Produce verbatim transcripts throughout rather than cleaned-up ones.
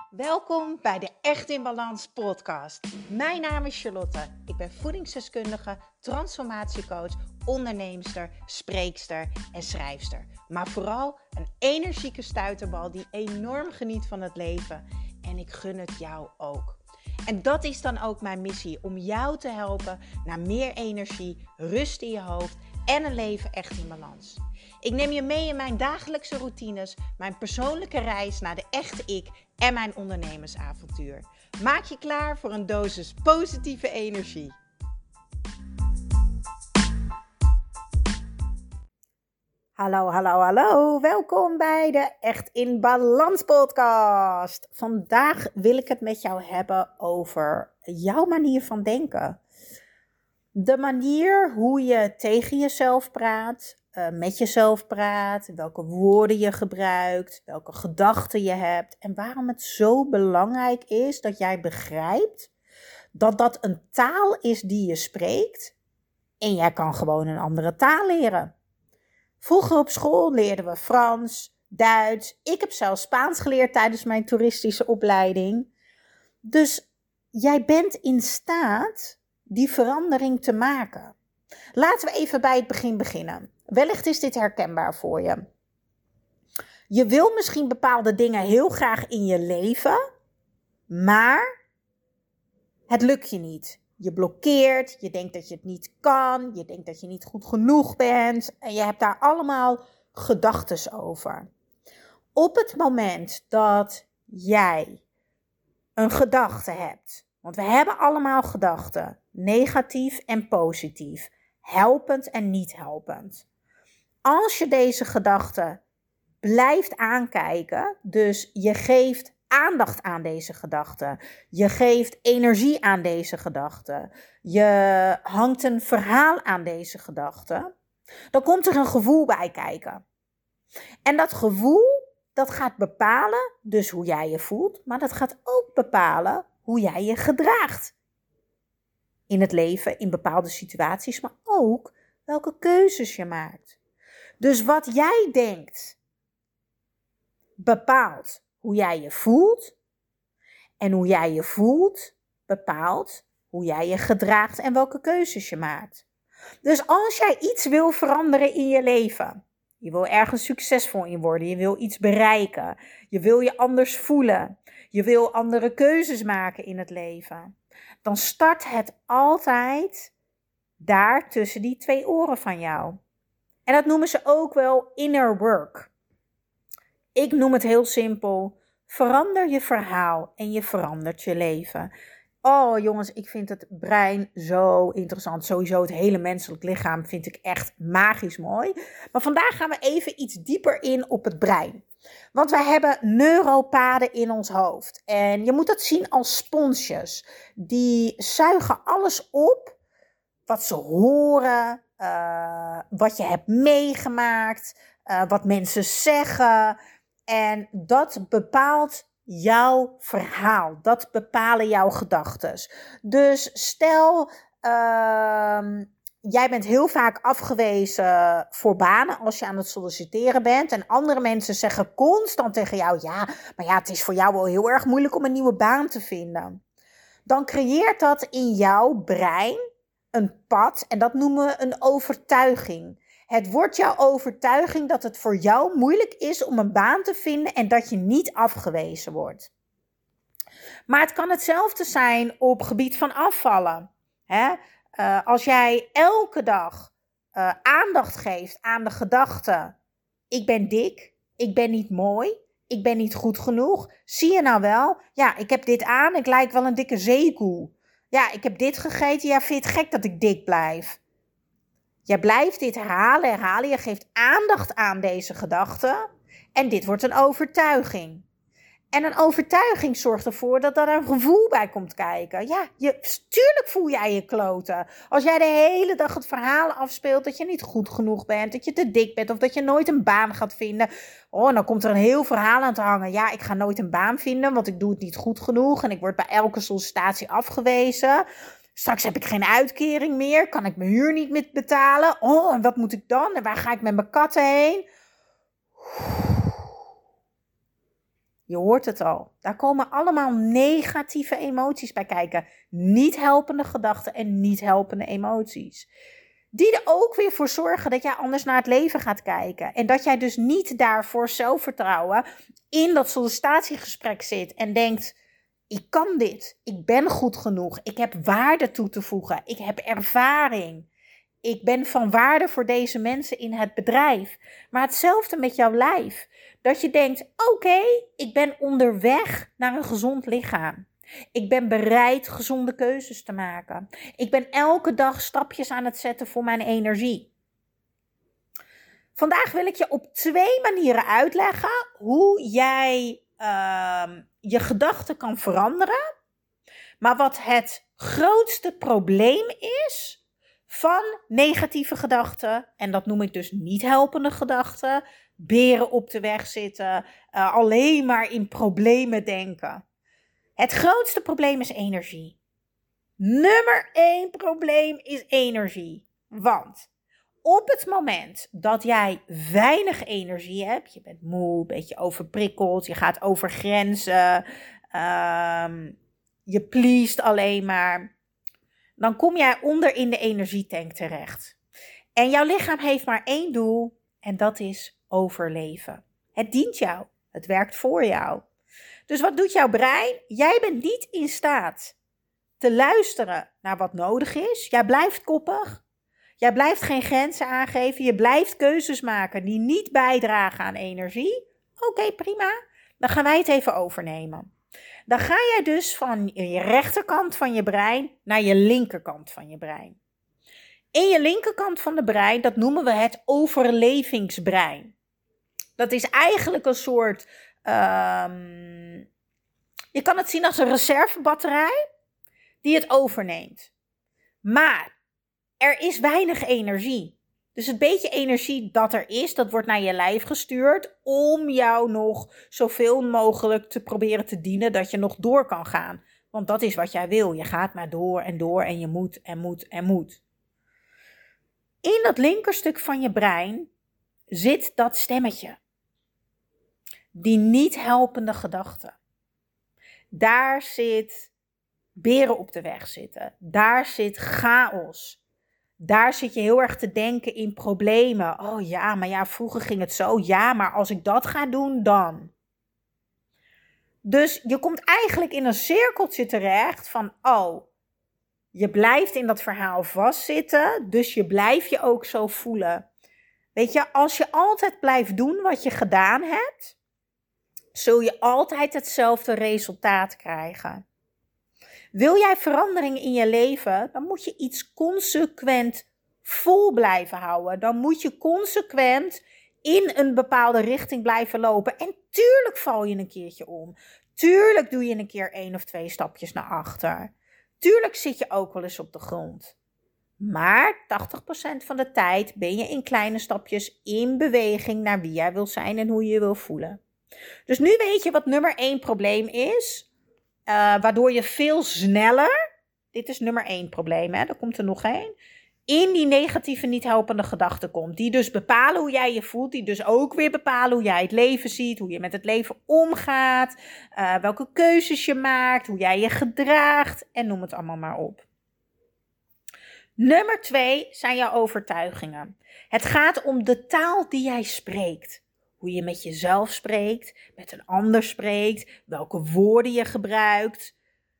Welkom bij de Echt in Balans podcast. Mijn naam is Charlotte. Ik ben voedingsdeskundige, transformatiecoach, onderneemster, spreekster en schrijfster. Maar vooral een energieke stuiterbal die enorm geniet van het leven. En ik gun het jou ook. En dat is dan ook mijn missie, om jou te helpen naar meer energie, rust in je hoofd en een leven echt in balans. Ik neem je mee in mijn dagelijkse routines, mijn persoonlijke reis naar de echte ik en mijn ondernemersavontuur. Maak je klaar voor een dosis positieve energie. Hallo, hallo, hallo. Welkom bij de Echt in Balans podcast. Vandaag wil ik het met jou hebben over jouw manier van denken. De manier hoe je tegen jezelf praat, uh, met jezelf praat, welke woorden je gebruikt, welke gedachten je hebt en waarom het zo belangrijk is dat jij begrijpt dat dat een taal is die je spreekt en jij kan gewoon een andere taal leren. Vroeger op school leerden we Frans, Duits. Ik heb zelfs Spaans geleerd tijdens mijn toeristische opleiding. Dus jij bent in staat die verandering te maken. Laten we even bij het begin beginnen. Wellicht is dit herkenbaar voor je. Je wil misschien bepaalde dingen heel graag in je leven, maar het lukt je niet. Je blokkeert, je denkt dat je het niet kan, je denkt dat je niet goed genoeg bent en je hebt daar allemaal gedachtes over. Op het moment dat jij een gedachte hebt, want we hebben allemaal gedachten, negatief en positief, helpend en niet helpend. Als je deze gedachte blijft aankijken, dus je geeft aandacht aan deze gedachte, je geeft energie aan deze gedachte, je hangt een verhaal aan deze gedachte, dan komt er een gevoel bij kijken. En dat gevoel, dat gaat bepalen dus hoe jij je voelt, maar dat gaat ook bepalen hoe jij je gedraagt. In het leven, in bepaalde situaties, maar ook welke keuzes je maakt. Dus wat jij denkt, bepaalt hoe jij je voelt. En hoe jij je voelt, bepaalt hoe jij je gedraagt en welke keuzes je maakt. Dus als jij iets wil veranderen in je leven, je wil ergens succesvol in worden, je wil iets bereiken, je wil je anders voelen, je wil andere keuzes maken in het leven, dan start het altijd daar tussen die twee oren van jou. En dat noemen ze ook wel inner work. Ik noem het heel simpel, verander je verhaal en je verandert je leven. Oh jongens, ik vind het brein zo interessant. Sowieso het hele menselijk lichaam vind ik echt magisch mooi. Maar vandaag gaan we even iets dieper in op het brein. Want wij hebben neuropaden in ons hoofd. En je moet dat zien als sponsjes. Die zuigen alles op wat ze horen, uh, wat je hebt meegemaakt, uh, wat mensen zeggen. En dat bepaalt jouw verhaal. Dat bepalen jouw gedachten. Dus stel, uh, jij bent heel vaak afgewezen voor banen als je aan het solliciteren bent. En andere mensen zeggen constant tegen jou, ja, maar ja, het is voor jou wel heel erg moeilijk om een nieuwe baan te vinden. Dan creëert dat in jouw brein een pad en dat noemen we een overtuiging. Het wordt jouw overtuiging dat het voor jou moeilijk is om een baan te vinden en dat je niet afgewezen wordt. Maar het kan hetzelfde zijn op gebied van afvallen. Hè? Uh, als jij elke dag uh, aandacht geeft aan de gedachte, ik ben dik, ik ben niet mooi, ik ben niet goed genoeg. Zie je nou wel? Ja, ik heb dit aan, ik lijk wel een dikke zeekoe. Ja, ik heb dit gegeten, ja, vind je het gek dat ik dik blijf? Je blijft dit herhalen, herhalen. Je geeft aandacht aan deze gedachte. En dit wordt een overtuiging. En een overtuiging zorgt ervoor dat er een gevoel bij komt kijken. Ja, je, tuurlijk voel jij je kloten. Als jij de hele dag het verhaal afspeelt dat je niet goed genoeg bent, dat je te dik bent of dat je nooit een baan gaat vinden. Oh, dan komt er een heel verhaal aan te hangen. Ja, ik ga nooit een baan vinden, want ik doe het niet goed genoeg. En ik word bij elke sollicitatie afgewezen. Straks heb ik geen uitkering meer. Kan ik mijn huur niet meer betalen? Oh, en wat moet ik dan? En waar ga ik met mijn katten heen? Je hoort het al. Daar komen allemaal negatieve emoties bij kijken. Niet helpende gedachten en niet helpende emoties. Die er ook weer voor zorgen dat jij anders naar het leven gaat kijken. En dat jij dus niet daarvoor zelfvertrouwen in dat sollicitatiegesprek zit. En denkt, ik kan dit. Ik ben goed genoeg. Ik heb waarde toe te voegen. Ik heb ervaring. Ik ben van waarde voor deze mensen in het bedrijf. Maar hetzelfde met jouw lijf. Dat je denkt, oké, okay, ik ben onderweg naar een gezond lichaam. Ik ben bereid gezonde keuzes te maken. Ik ben elke dag stapjes aan het zetten voor mijn energie. Vandaag wil ik je op twee manieren uitleggen hoe jij uh, je gedachten kan veranderen. Maar wat het grootste probleem is van negatieve gedachten, en dat noem ik dus niet helpende gedachten, beren op de weg zitten, uh, alleen maar in problemen denken. Het grootste probleem is energie. Nummer één probleem is energie. Want op het moment dat jij weinig energie hebt, je bent moe, een beetje overprikkeld, je gaat over grenzen, um, je pleest alleen maar, dan kom jij onder in de energietank terecht. En jouw lichaam heeft maar één doel en dat is overleven. Het dient jou, het werkt voor jou. Dus wat doet jouw brein? Jij bent niet in staat te luisteren naar wat nodig is. Jij blijft koppig. Jij blijft geen grenzen aangeven. Je blijft keuzes maken die niet bijdragen aan energie. Oké, okay, prima. Dan gaan wij het even overnemen. Dan ga jij dus van je rechterkant van je brein naar je linkerkant van je brein. In je linkerkant van de brein, dat noemen we het overlevingsbrein. Dat is eigenlijk een soort, um, je kan het zien als een reservebatterij die het overneemt. Maar er is weinig energie. Dus het beetje energie dat er is, dat wordt naar je lijf gestuurd om jou nog zoveel mogelijk te proberen te dienen dat je nog door kan gaan. Want dat is wat jij wil. Je gaat maar door en door en je moet en moet en moet. In dat linkerstuk van je brein zit dat stemmetje. Die niet helpende gedachten. Daar zit beren op de weg zitten. Daar zit chaos. Daar zit je heel erg te denken in problemen. Oh ja, maar ja, vroeger ging het zo. Ja, maar als ik dat ga doen, dan. Dus je komt eigenlijk in een cirkeltje terecht van, oh, je blijft in dat verhaal vastzitten, dus je blijft je ook zo voelen. Weet je, als je altijd blijft doen wat je gedaan hebt, zul je altijd hetzelfde resultaat krijgen. Wil jij verandering in je leven, dan moet je iets consequent vol blijven houden. Dan moet je consequent in een bepaalde richting blijven lopen. En tuurlijk val je een keertje om. Tuurlijk doe je een keer één of twee stapjes naar achter. Tuurlijk zit je ook wel eens op de grond. Maar tachtig procent van de tijd ben je in kleine stapjes in beweging naar wie jij wil zijn en hoe je je wil voelen. Dus nu weet je wat nummer één probleem is. Uh, waardoor je veel sneller, dit is nummer één probleem, hè, er komt er nog één, in die negatieve niet helpende gedachten komt. Die dus bepalen hoe jij je voelt, die dus ook weer bepalen hoe jij het leven ziet, hoe je met het leven omgaat, uh, welke keuzes je maakt, hoe jij je gedraagt en noem het allemaal maar op. Nummer twee zijn jouw overtuigingen. Het gaat om de taal die jij spreekt. Hoe je met jezelf spreekt, met een ander spreekt, welke woorden je gebruikt.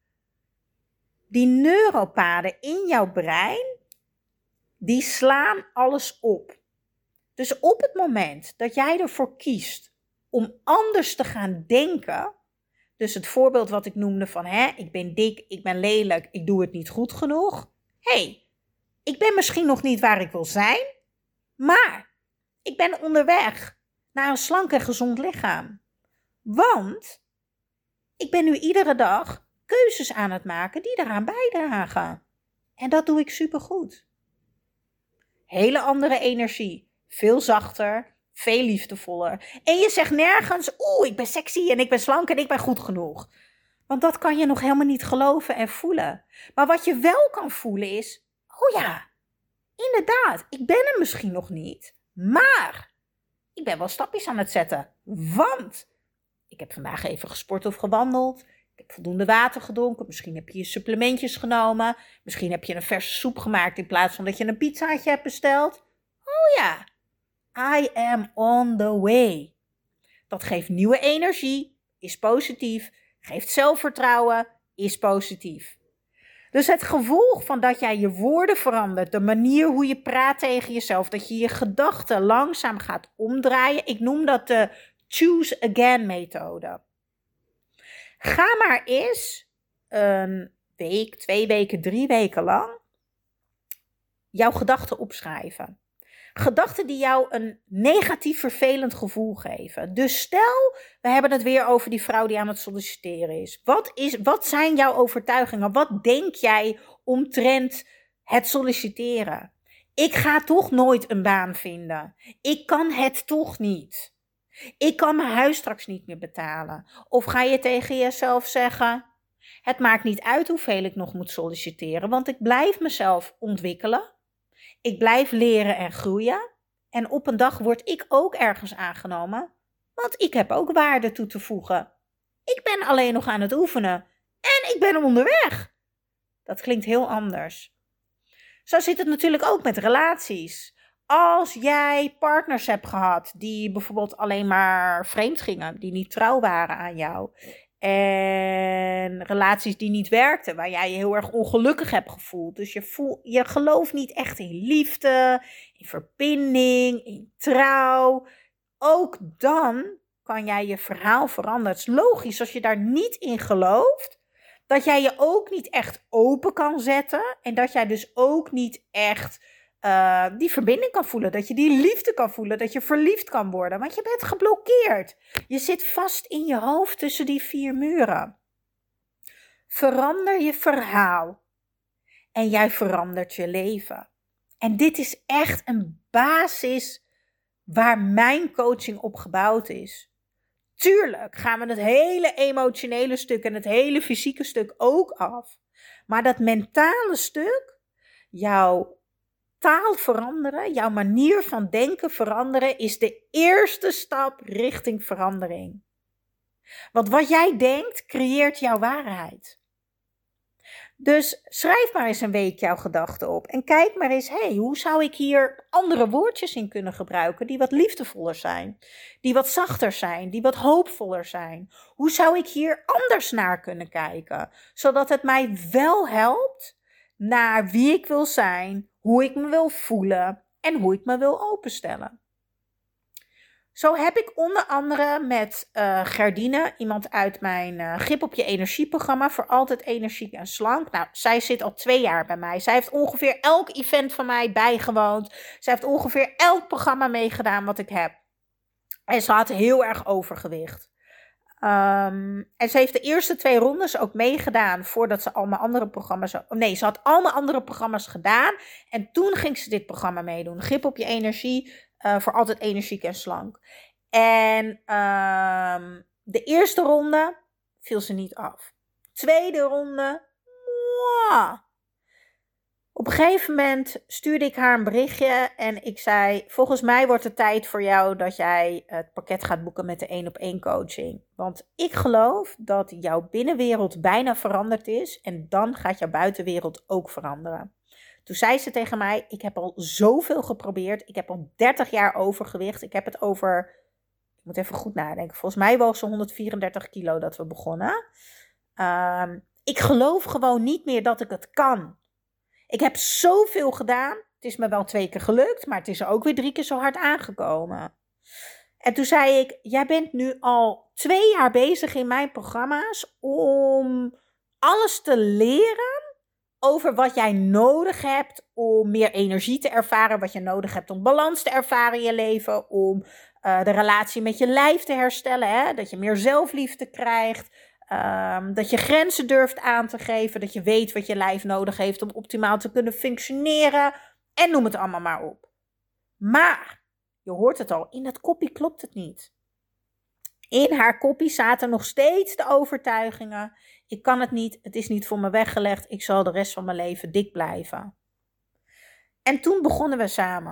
Die neuropaden in jouw brein, die slaan alles op. Dus op het moment dat jij ervoor kiest om anders te gaan denken, dus het voorbeeld wat ik noemde van, hè, ik ben dik, ik ben lelijk, ik doe het niet goed genoeg. Hé, hey, ik ben misschien nog niet waar ik wil zijn, maar ik ben onderweg naar een slank en gezond lichaam. Want ik ben nu iedere dag keuzes aan het maken die daaraan bijdragen. En dat doe ik supergoed. Hele andere energie. Veel zachter, veel liefdevoller. En je zegt nergens, oeh, ik ben sexy en ik ben slank en ik ben goed genoeg. Want dat kan je nog helemaal niet geloven en voelen. Maar wat je wel kan voelen is, oh ja, inderdaad, ik ben er misschien nog niet, maar ik ben wel stapjes aan het zetten, want Ik heb vandaag even gesport of gewandeld. Ik heb voldoende water gedronken. Misschien heb je je supplementjes genomen. Misschien heb je een verse soep gemaakt in plaats van dat je een pizzaatje hebt besteld. Oh ja, I am on the way. Dat geeft nieuwe energie, is positief. Geeft zelfvertrouwen, is positief. Dus het gevolg van dat jij je woorden verandert, de manier hoe je praat tegen jezelf, dat je je gedachten langzaam gaat omdraaien. Ik noem dat de choose again methode. Ga maar eens een week, twee weken, drie weken lang jouw gedachten opschrijven. Gedachten die jou een negatief vervelend gevoel geven. Dus stel, we hebben het weer over die vrouw die aan het solliciteren is. Wat is, wat zijn jouw overtuigingen? Wat denk jij omtrent het solliciteren? Ik ga toch nooit een baan vinden. Ik kan het toch niet. Ik kan mijn huis straks niet meer betalen. Of ga je tegen jezelf zeggen, het maakt niet uit hoeveel ik nog moet solliciteren, want ik blijf mezelf ontwikkelen. Ik blijf leren en groeien. En op een dag word ik ook ergens aangenomen. Want ik heb ook waarde toe te voegen. Ik ben alleen nog aan het oefenen. En ik ben onderweg. Dat klinkt heel anders. Zo zit het natuurlijk ook met relaties. Als jij partners hebt gehad die bijvoorbeeld alleen maar vreemd gingen. Die niet trouw waren aan jou. En relaties die niet werkten, waar jij je heel erg ongelukkig hebt gevoeld. Dus je, voel, je gelooft niet echt in liefde, in verbinding, in trouw. Ook dan kan jij je verhaal veranderen. Het is logisch als je daar niet in gelooft, dat jij je ook niet echt open kan zetten. En dat jij dus ook niet echt uh, die verbinding kan voelen. Dat je die liefde kan voelen, dat je verliefd kan worden. Want je bent geblokkeerd. Je zit vast in je hoofd tussen die vier muren. Verander je verhaal. En jij verandert je leven. En dit is echt een basis waar mijn coaching op gebouwd is. Tuurlijk gaan we het hele emotionele stuk en het hele fysieke stuk ook af. Maar dat mentale stuk, jouw taal veranderen, jouw manier van denken veranderen, is de eerste stap richting verandering. Want wat jij denkt, creëert jouw waarheid. Dus schrijf maar eens een week jouw gedachten op. En kijk maar eens, hé, hey, hoe zou ik hier andere woordjes in kunnen gebruiken die wat liefdevoller zijn? Die wat zachter zijn, die wat hoopvoller zijn? Hoe zou ik hier anders naar kunnen kijken? Zodat het mij wel helpt naar wie ik wil zijn, hoe ik me wil voelen en hoe ik me wil openstellen. Zo heb ik onder andere met uh, Gerdine, iemand uit mijn uh, Grip op je Energie programma, voor altijd energiek en slank. Nou, zij zit al twee jaar bij mij. Zij heeft ongeveer elk event van mij bijgewoond. Zij heeft ongeveer elk programma meegedaan wat ik heb. En ze had heel erg overgewicht. Um, en ze heeft de eerste twee rondes ook meegedaan voordat ze al mijn andere programma's... Nee, ze had al mijn andere programma's gedaan. En toen ging ze dit programma meedoen. Grip op je Energie. Uh, voor altijd energiek en slank. En um, de eerste ronde viel ze niet af. Tweede ronde, mwah. Op een gegeven moment stuurde ik haar een berichtje en ik zei, volgens mij wordt het tijd voor jou dat jij het pakket gaat boeken met de één op één coaching. Want ik geloof dat jouw binnenwereld bijna veranderd is en dan gaat jouw buitenwereld ook veranderen. Toen zei ze tegen mij, ik heb al zoveel geprobeerd. Ik heb al dertig jaar overgewicht. Ik heb het over, ik moet even goed nadenken. Volgens mij woog ze honderdvierendertig kilo dat we begonnen. Um, ik geloof gewoon niet meer dat ik het kan. Ik heb zoveel gedaan. Het is me wel twee keer gelukt, maar het is er ook weer drie keer zo hard aangekomen. En toen zei ik, jij bent nu al twee jaar bezig in mijn programma's om alles te leren over wat jij nodig hebt om meer energie te ervaren. Wat je nodig hebt om balans te ervaren in je leven. Om uh, de relatie met je lijf te herstellen. Hè? Dat je meer zelfliefde krijgt. Um, dat je grenzen durft aan te geven. Dat je weet wat je lijf nodig heeft om optimaal te kunnen functioneren. En noem het allemaal maar op. Maar, je hoort het al, in dat koppie klopt het niet. In haar koppie zaten nog steeds de overtuigingen. Ik kan het niet, het is niet voor me weggelegd. Ik zal de rest van mijn leven dik blijven. En toen begonnen we samen.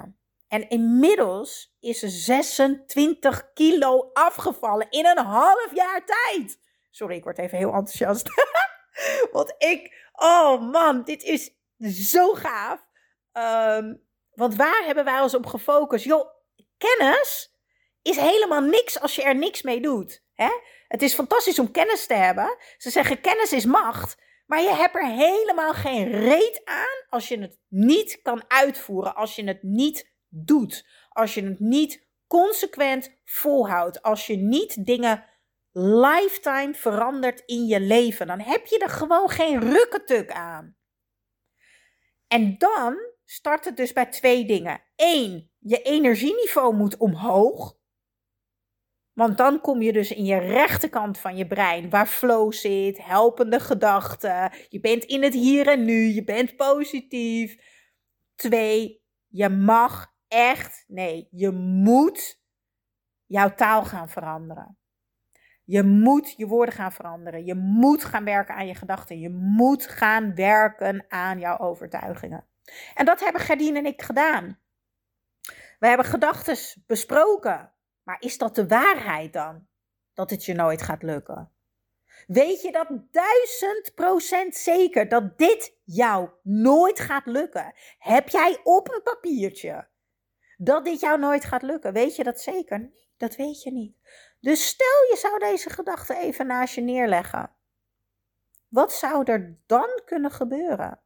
En inmiddels is ze zesentwintig kilo afgevallen in een half jaar tijd. Sorry, ik word even heel enthousiast. Want ik, oh man, dit is zo gaaf. Um, want waar hebben wij ons op gefocust? Joh, kennis is helemaal niks als je er niks mee doet. Hè? Het is fantastisch om kennis te hebben. Ze zeggen kennis is macht. Maar je hebt er helemaal geen reet aan als je het niet kan uitvoeren. Als je het niet doet. Als je het niet consequent volhoudt. Als je niet dingen lifetime verandert in je leven. Dan heb je er gewoon geen rukketuk aan. En dan start het dus bij twee dingen. Eén, je energieniveau moet omhoog. Want dan kom je dus in je rechterkant van je brein, waar flow zit, helpende gedachten. Je bent in het hier en nu, je bent positief. Twee, je mag echt, nee, je moet jouw taal gaan veranderen. Je moet je woorden gaan veranderen. Je moet gaan werken aan je gedachten. Je moet gaan werken aan jouw overtuigingen. En dat hebben Gerdien en ik gedaan. We hebben gedachten besproken. Maar is dat de waarheid dan? Dat het je nooit gaat lukken? Weet je dat duizend procent zeker dat dit jou nooit gaat lukken? Heb jij op een papiertje dat dit jou nooit gaat lukken? Weet je dat zeker? Nee, dat weet je niet. Dus stel je zou deze gedachte even naast je neerleggen. Wat zou er dan kunnen gebeuren?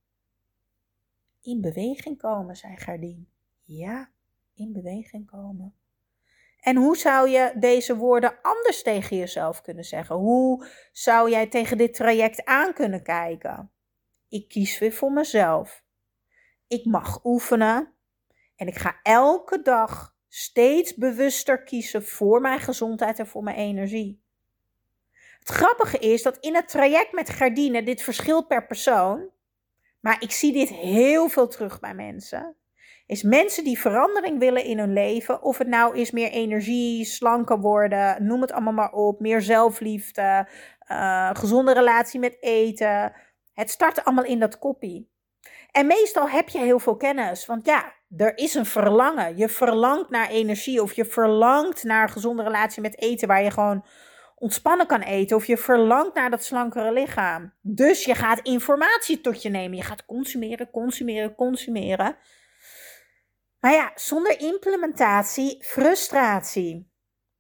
In beweging komen, zei Gerdien. Ja, in beweging komen. En hoe zou je deze woorden anders tegen jezelf kunnen zeggen? Hoe zou jij tegen dit traject aan kunnen kijken? Ik kies weer voor mezelf. Ik mag oefenen. En ik ga elke dag steeds bewuster kiezen voor mijn gezondheid en voor mijn energie. Het grappige is dat in het traject met Gerdien, dit verschilt per persoon, maar ik zie dit heel veel terug bij mensen, is mensen die verandering willen in hun leven, of het nou is meer energie, slanker worden, noem het allemaal maar op, meer zelfliefde, uh, gezonde relatie met eten. Het start allemaal in dat koppie. En meestal heb je heel veel kennis, want ja, er is een verlangen. Je verlangt naar energie of je verlangt naar een gezonde relatie met eten waar je gewoon ontspannen kan eten. Of je verlangt naar dat slankere lichaam. Dus je gaat informatie tot je nemen. Je gaat consumeren, consumeren, consumeren. Maar ja, zonder implementatie, frustratie.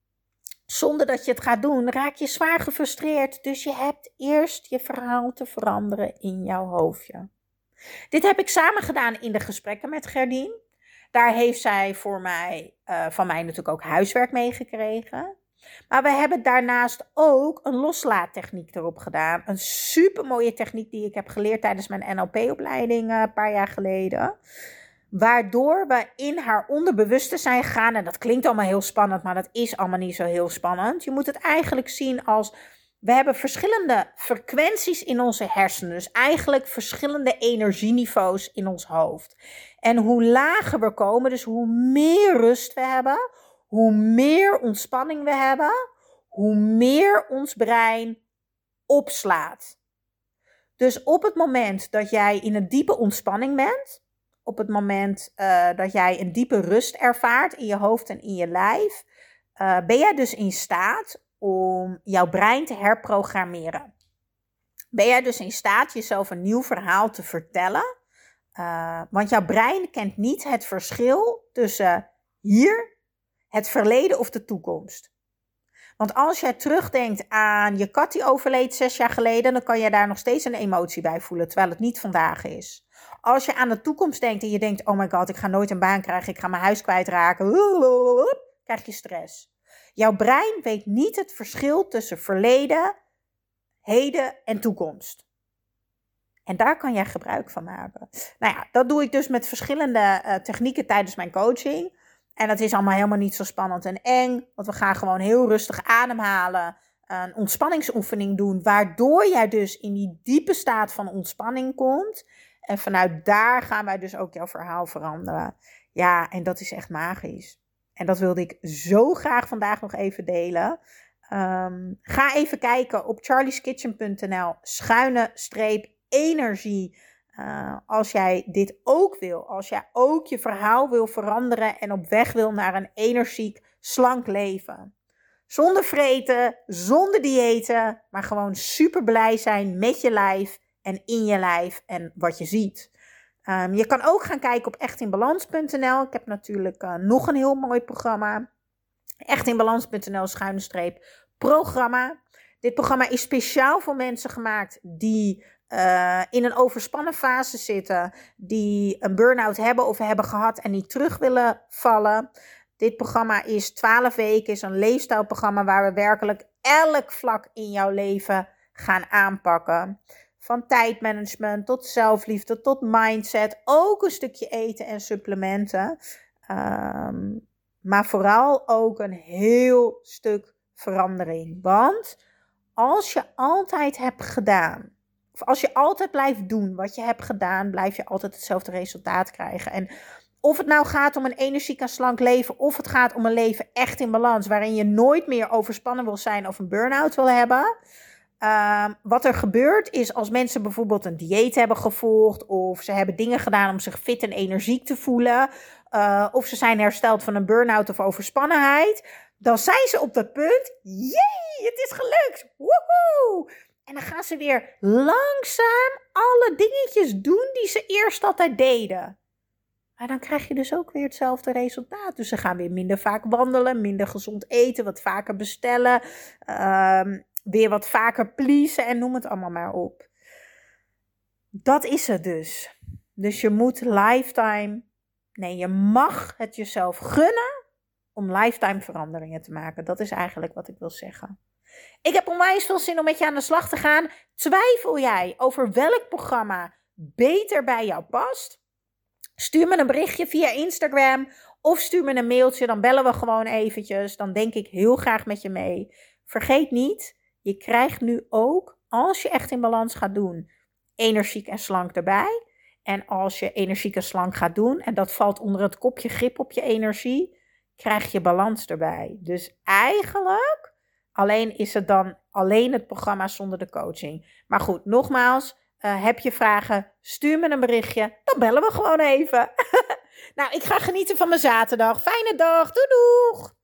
Zonder dat je het gaat doen, raak je zwaar gefrustreerd. Dus je hebt eerst je verhaal te veranderen in jouw hoofdje. Dit heb ik samen gedaan in de gesprekken met Gerdien. Daar heeft zij voor mij, uh, van mij natuurlijk ook huiswerk meegekregen. Maar we hebben daarnaast ook een loslaattechniek erop gedaan. Een supermooie techniek die ik heb geleerd tijdens mijn N L P-opleiding uh, een paar jaar geleden. Waardoor we in haar onderbewuste zijn gegaan. En dat klinkt allemaal heel spannend, maar dat is allemaal niet zo heel spannend. Je moet het eigenlijk zien als, we hebben verschillende frequenties in onze hersenen. Dus eigenlijk verschillende energieniveaus in ons hoofd. En hoe lager we komen, dus hoe meer rust we hebben, hoe meer ontspanning we hebben, hoe meer ons brein opslaat. Dus op het moment dat jij in een diepe ontspanning bent, op het moment uh, dat jij een diepe rust ervaart in je hoofd en in je lijf, uh, ben jij dus in staat om jouw brein te herprogrammeren. Ben jij dus in staat jezelf een nieuw verhaal te vertellen? Uh, want jouw brein kent niet het verschil tussen hier, het verleden of de toekomst. Want als jij terugdenkt aan je kat die overleed zes jaar geleden, dan kan je daar nog steeds een emotie bij voelen, terwijl het niet vandaag is. Als je aan de toekomst denkt en je denkt, oh my god, ik ga nooit een baan krijgen, ik ga mijn huis kwijtraken, krijg je stress. Jouw brein weet niet het verschil tussen verleden, heden en toekomst. En daar kan jij gebruik van maken. Nou ja, dat doe ik dus met verschillende uh, technieken tijdens mijn coaching. En dat is allemaal helemaal niet zo spannend en eng. Want we gaan gewoon heel rustig ademhalen. Een ontspanningsoefening doen. Waardoor jij dus in die diepe staat van ontspanning komt. En vanuit daar gaan wij dus ook jouw verhaal veranderen. Ja, en dat is echt magisch. En dat wilde ik zo graag vandaag nog even delen. Um, ga even kijken op charlieskitchen punt n l schuine streep energie. Uh, als jij dit ook wil, als jij ook je verhaal wil veranderen en op weg wil naar een energiek, slank leven. Zonder vreten, zonder diëten, maar gewoon super blij zijn met je lijf en in je lijf en wat je ziet. Um, je kan ook gaan kijken op echtinbalans punt n l. Ik heb natuurlijk uh, nog een heel mooi programma. echtinbalans punt n l schuine streep programma. Dit programma is speciaal voor mensen gemaakt die uh, in een overspannen fase zitten. Die een burn-out hebben of hebben gehad en niet terug willen vallen. Dit programma is twaalf weken, is een leefstijlprogramma waar we werkelijk elk vlak in jouw leven gaan aanpakken. Van tijdmanagement tot zelfliefde tot mindset. Ook een stukje eten en supplementen. Um, maar vooral ook een heel stuk verandering. Want als je altijd hebt gedaan, of als je altijd blijft doen wat je hebt gedaan, blijf je altijd hetzelfde resultaat krijgen. En of het nou gaat om een energiek en slank leven, of het gaat om een leven echt in balans, waarin je nooit meer overspannen wil zijn of een burn-out wil hebben. Uh, wat er gebeurt is als mensen bijvoorbeeld een dieet hebben gevolgd, of ze hebben dingen gedaan om zich fit en energiek te voelen, uh, of ze zijn hersteld van een burn-out of overspannenheid, dan zijn ze op dat punt, jee, het is gelukt, woehoe! En dan gaan ze weer langzaam alle dingetjes doen die ze eerst altijd deden. Maar dan krijg je dus ook weer hetzelfde resultaat. Dus ze gaan weer minder vaak wandelen, minder gezond eten, wat vaker bestellen, um, weer wat vaker pleasen en noem het allemaal maar op. Dat is het dus. Dus je moet lifetime, nee, je mag het jezelf gunnen om lifetime veranderingen te maken. Dat is eigenlijk wat ik wil zeggen. Ik heb onwijs veel zin om met je aan de slag te gaan. Twijfel jij over welk programma beter bij jou past? Stuur me een berichtje via Instagram of stuur me een mailtje. Dan bellen we gewoon eventjes. Dan denk ik heel graag met je mee. Vergeet niet, je krijgt nu ook, als je echt in balans gaat doen, energiek en slank erbij. En als je energiek en slank gaat doen, en dat valt onder het kopje grip op je energie, krijg je balans erbij. Dus eigenlijk, alleen is het dan alleen het programma zonder de coaching. Maar goed, nogmaals, uh, heb je vragen, stuur me een berichtje, dan bellen we gewoon even. Nou, ik ga genieten van mijn zaterdag. Fijne dag, doei doeg!